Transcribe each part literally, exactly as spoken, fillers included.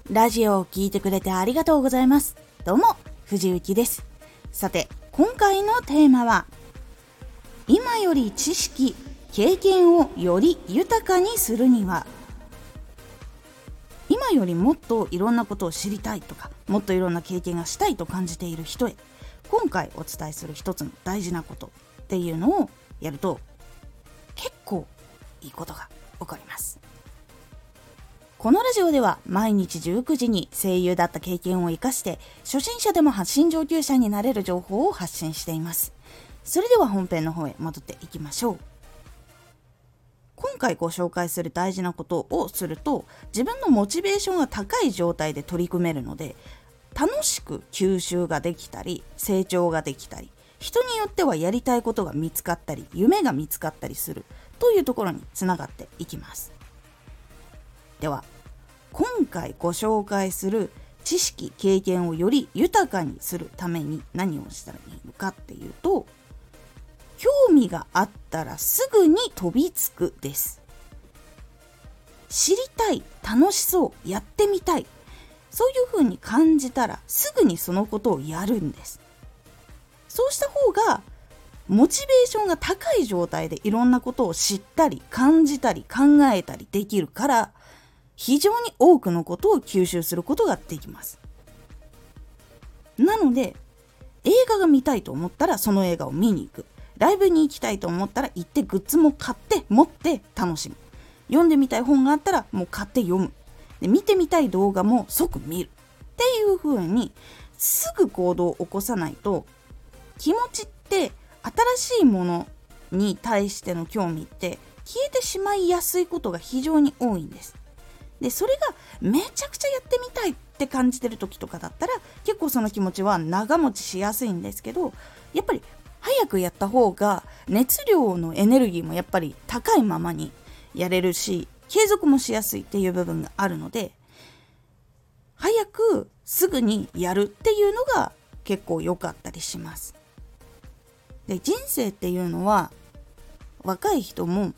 ラジオを聞いてくれてありがとうございます。どうも藤幸です。さて今回のテーマは、今より知識経験をより豊かにするには。今よりもっといろんなことを知りたいとか、もっといろんな経験がしたいと感じている人へ、今回お伝えする一つの大事なことっていうのをやると結構いいことが起こります。このラジオでは毎日じゅうくじに声優だった経験を生かして初心者でも発信上級者になれる情報を発信しています。それでは本編の方へ戻っていきましょう。今回ご紹介する大事なことをすると、自分のモチベーションが高い状態で取り組めるので、楽しく吸収ができたり成長ができたり、人によってはやりたいことが見つかったり夢が見つかったりするというところにつながっていきます。では今回ご紹介する知識経験をより豊かにするために何をしたらいいのかっていうと、興味があったらすぐに飛びつくです。知りたい、楽しそう、やってみたい、そういう風に感じたらすぐにそのことをやるんです。そうした方がモチベーションが高い状態でいろんなことを知ったり感じたり考えたりできるから、非常に多くのことを吸収することができます。なので映画が見たいと思ったらその映画を見に行く、ライブに行きたいと思ったら行ってグッズも買って持って楽しむ、読んでみたい本があったらもう買って読む、で見てみたい動画も即見るっていう風にすぐ行動を起こさないと、気持ちって新しいものに対しての興味って消えてしまいやすいことが非常に多いんです。でそれがめちゃくちゃやってみたいって感じてる時とかだったら結構その気持ちは長持ちしやすいんですけど、やっぱり早くやった方が熱量のエネルギーもやっぱり高いままにやれるし、継続もしやすいっていう部分があるので、早くすぐにやるっていうのが結構良かったりします。で人生っていうのは若い人も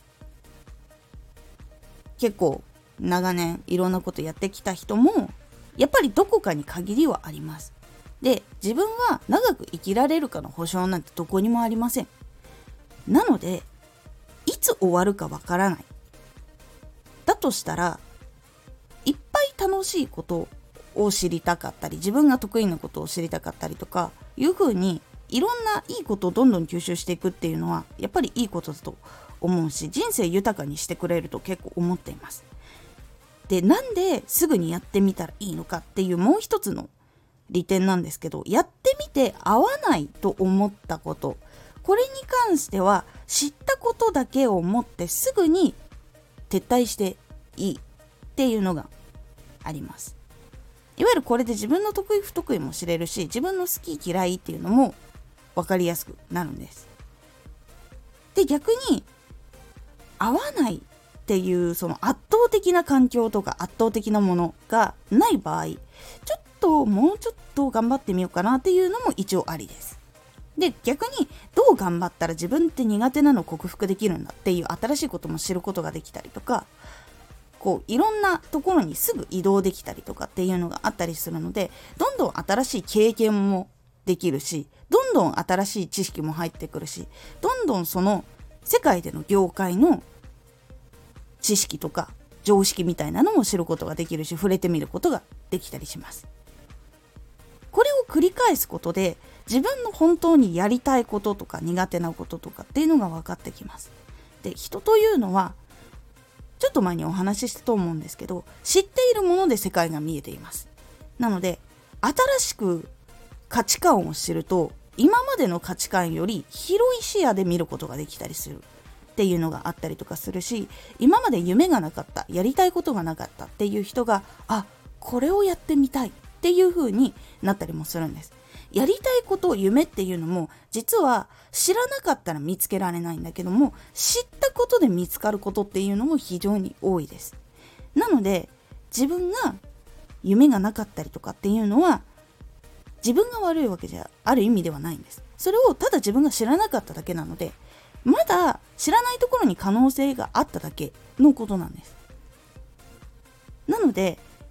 結構長年いろんなことやってきた人もやっぱりどこかに限りはあります。で自分は長く生きられるかの保証なんてどこにもありません。なのでいつ終わるかわからない。だとしたらいっぱい楽しいことを知りたかったり、自分が得意なことを知りたかったりとかいうふうにいろんないいことをどんどん吸収していくっていうのはやっぱりいいことだと思うし、人生豊かにしてくれると結構思っています。でなんですぐにやってみたらいいのかっていうもう一つの利点なんですけど、やってみて合わないと思ったこと、これに関しては知ったことだけを持ってすぐに撤退していいっていうのがあります。いわゆるこれで自分の得意不得意も知れるし、自分の好き嫌いっていうのも分かりやすくなるんです。で逆に合わないっていうその圧倒的な環境とか圧倒的なものがない場合、ちょっともうちょっと頑張ってみようかなっていうのも一応ありです。で逆にどう頑張ったら自分って苦手なのを克服できるんだっていう新しいことも知ることができたりとか、こういろんなところにすぐ移動できたりとかっていうのがあったりするので、どんどん新しい経験もできるし、どんどん新しい知識も入ってくるし、どんどんその世界での業界の知識とか常識みたいなのも知ることができるし、触れてみることができたりします。これを繰り返すことで自分の本当にやりたいこととか苦手なこととかっていうのが分かってきます。で人というのはちょっと前にお話ししたと思うんですけど、知っているもので世界が見えています。なので新しく価値観を知ると今までの価値観より広い視野で見ることができたりするっていうのがあったりとかするし、今まで夢がなかった、やりたいことがなかったっていう人が、あ、これをやってみたいっていう風になったりもするんです。やりたいこと、夢っていうのも実は知らなかったら見つけられないんだけども、知ったことで見つかることっていうのも非常に多いです。なので自分が夢がなかったりとかっていうのは自分が悪いわけじゃある意味ではないんです。それをただ自分が知らなかっただけなので、まだ知らないところに可能性があっただけのことなんです。なので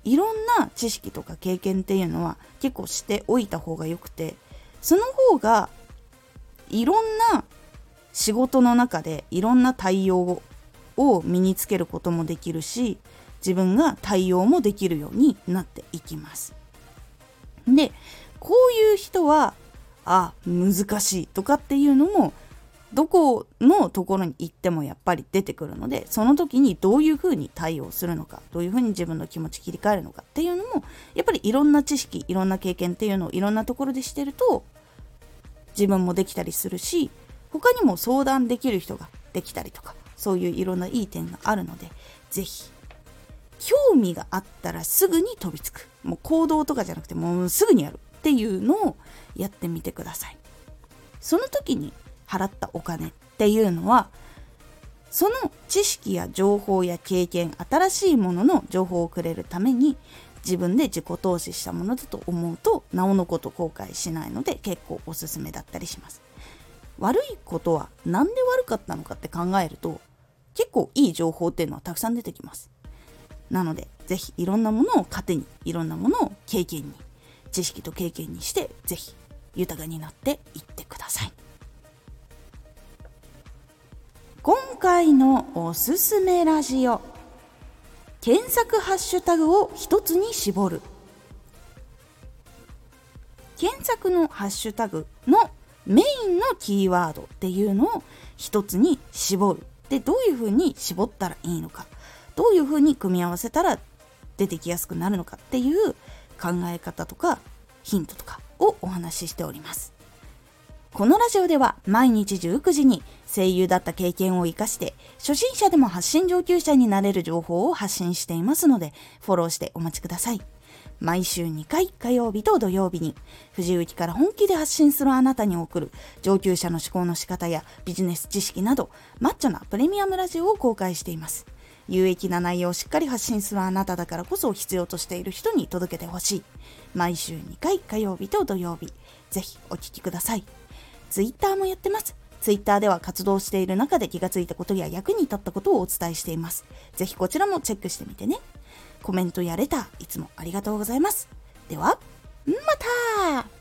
いろんな知識とか経験っていうのは結構しておいた方がよくて、その方がいろんな仕事の中でいろんな対応を身につけることもできるし、自分が対応もできるようになっていきます。で、こういう人はあ難しいとかっていうのもどこのところに行ってもやっぱり出てくるので、その時にどういうふうに対応するのか、どういうふうに自分の気持ち切り替えるのかっていうのもやっぱりいろんな知識、いろんな経験っていうのをいろんなところでしてると自分もできたりするし、他にも相談できる人ができたりとか、そういういろんないい点があるので、ぜひ興味があったらすぐに飛びつく、もう行動とかじゃなくてもうすぐにやるっていうのをやってみてください。その時に払ったお金っていうのは、その知識や情報や経験、新しいものの情報をくれるために自分で自己投資したものだと思うと、なおのこと後悔しないので結構おすすめだったりします。悪いことはなんで悪かったのかって考えると、結構いい情報っていうのはたくさん出てきます。なのでぜひいろんなものを糧に、いろんなものを経験に、知識と経験にして、ぜひ豊かになっていってください。今回のおすすめラジオ、検索ハッシュタグを一つに絞る。検索のハッシュタグのメインのキーワードっていうのを一つに絞る。で、どういうふうに絞ったらいいのか、どういうふうに組み合わせたら出てきやすくなるのかっていう考え方とかヒントとかをお話ししております。このラジオでは毎日じゅうくじに声優だった経験を生かして初心者でも発信上級者になれる情報を発信していますので、フォローしてお待ちください。毎週にかい、火曜日と土曜日に藤雪から本気で発信するあなたに送る上級者の思考の仕方やビジネス知識などマッチョなプレミアムラジオを公開しています。有益な内容をしっかり発信するあなただからこそ必要としている人に届けてほしい。毎週にかい、火曜日と土曜日、ぜひお聞きください。ツイッターもやってます。ツイッターでは活動している中で気がついたことや役に立ったことをお伝えしています。ぜひこちらもチェックしてみてね。コメントやレターいつもありがとうございます。ではまた。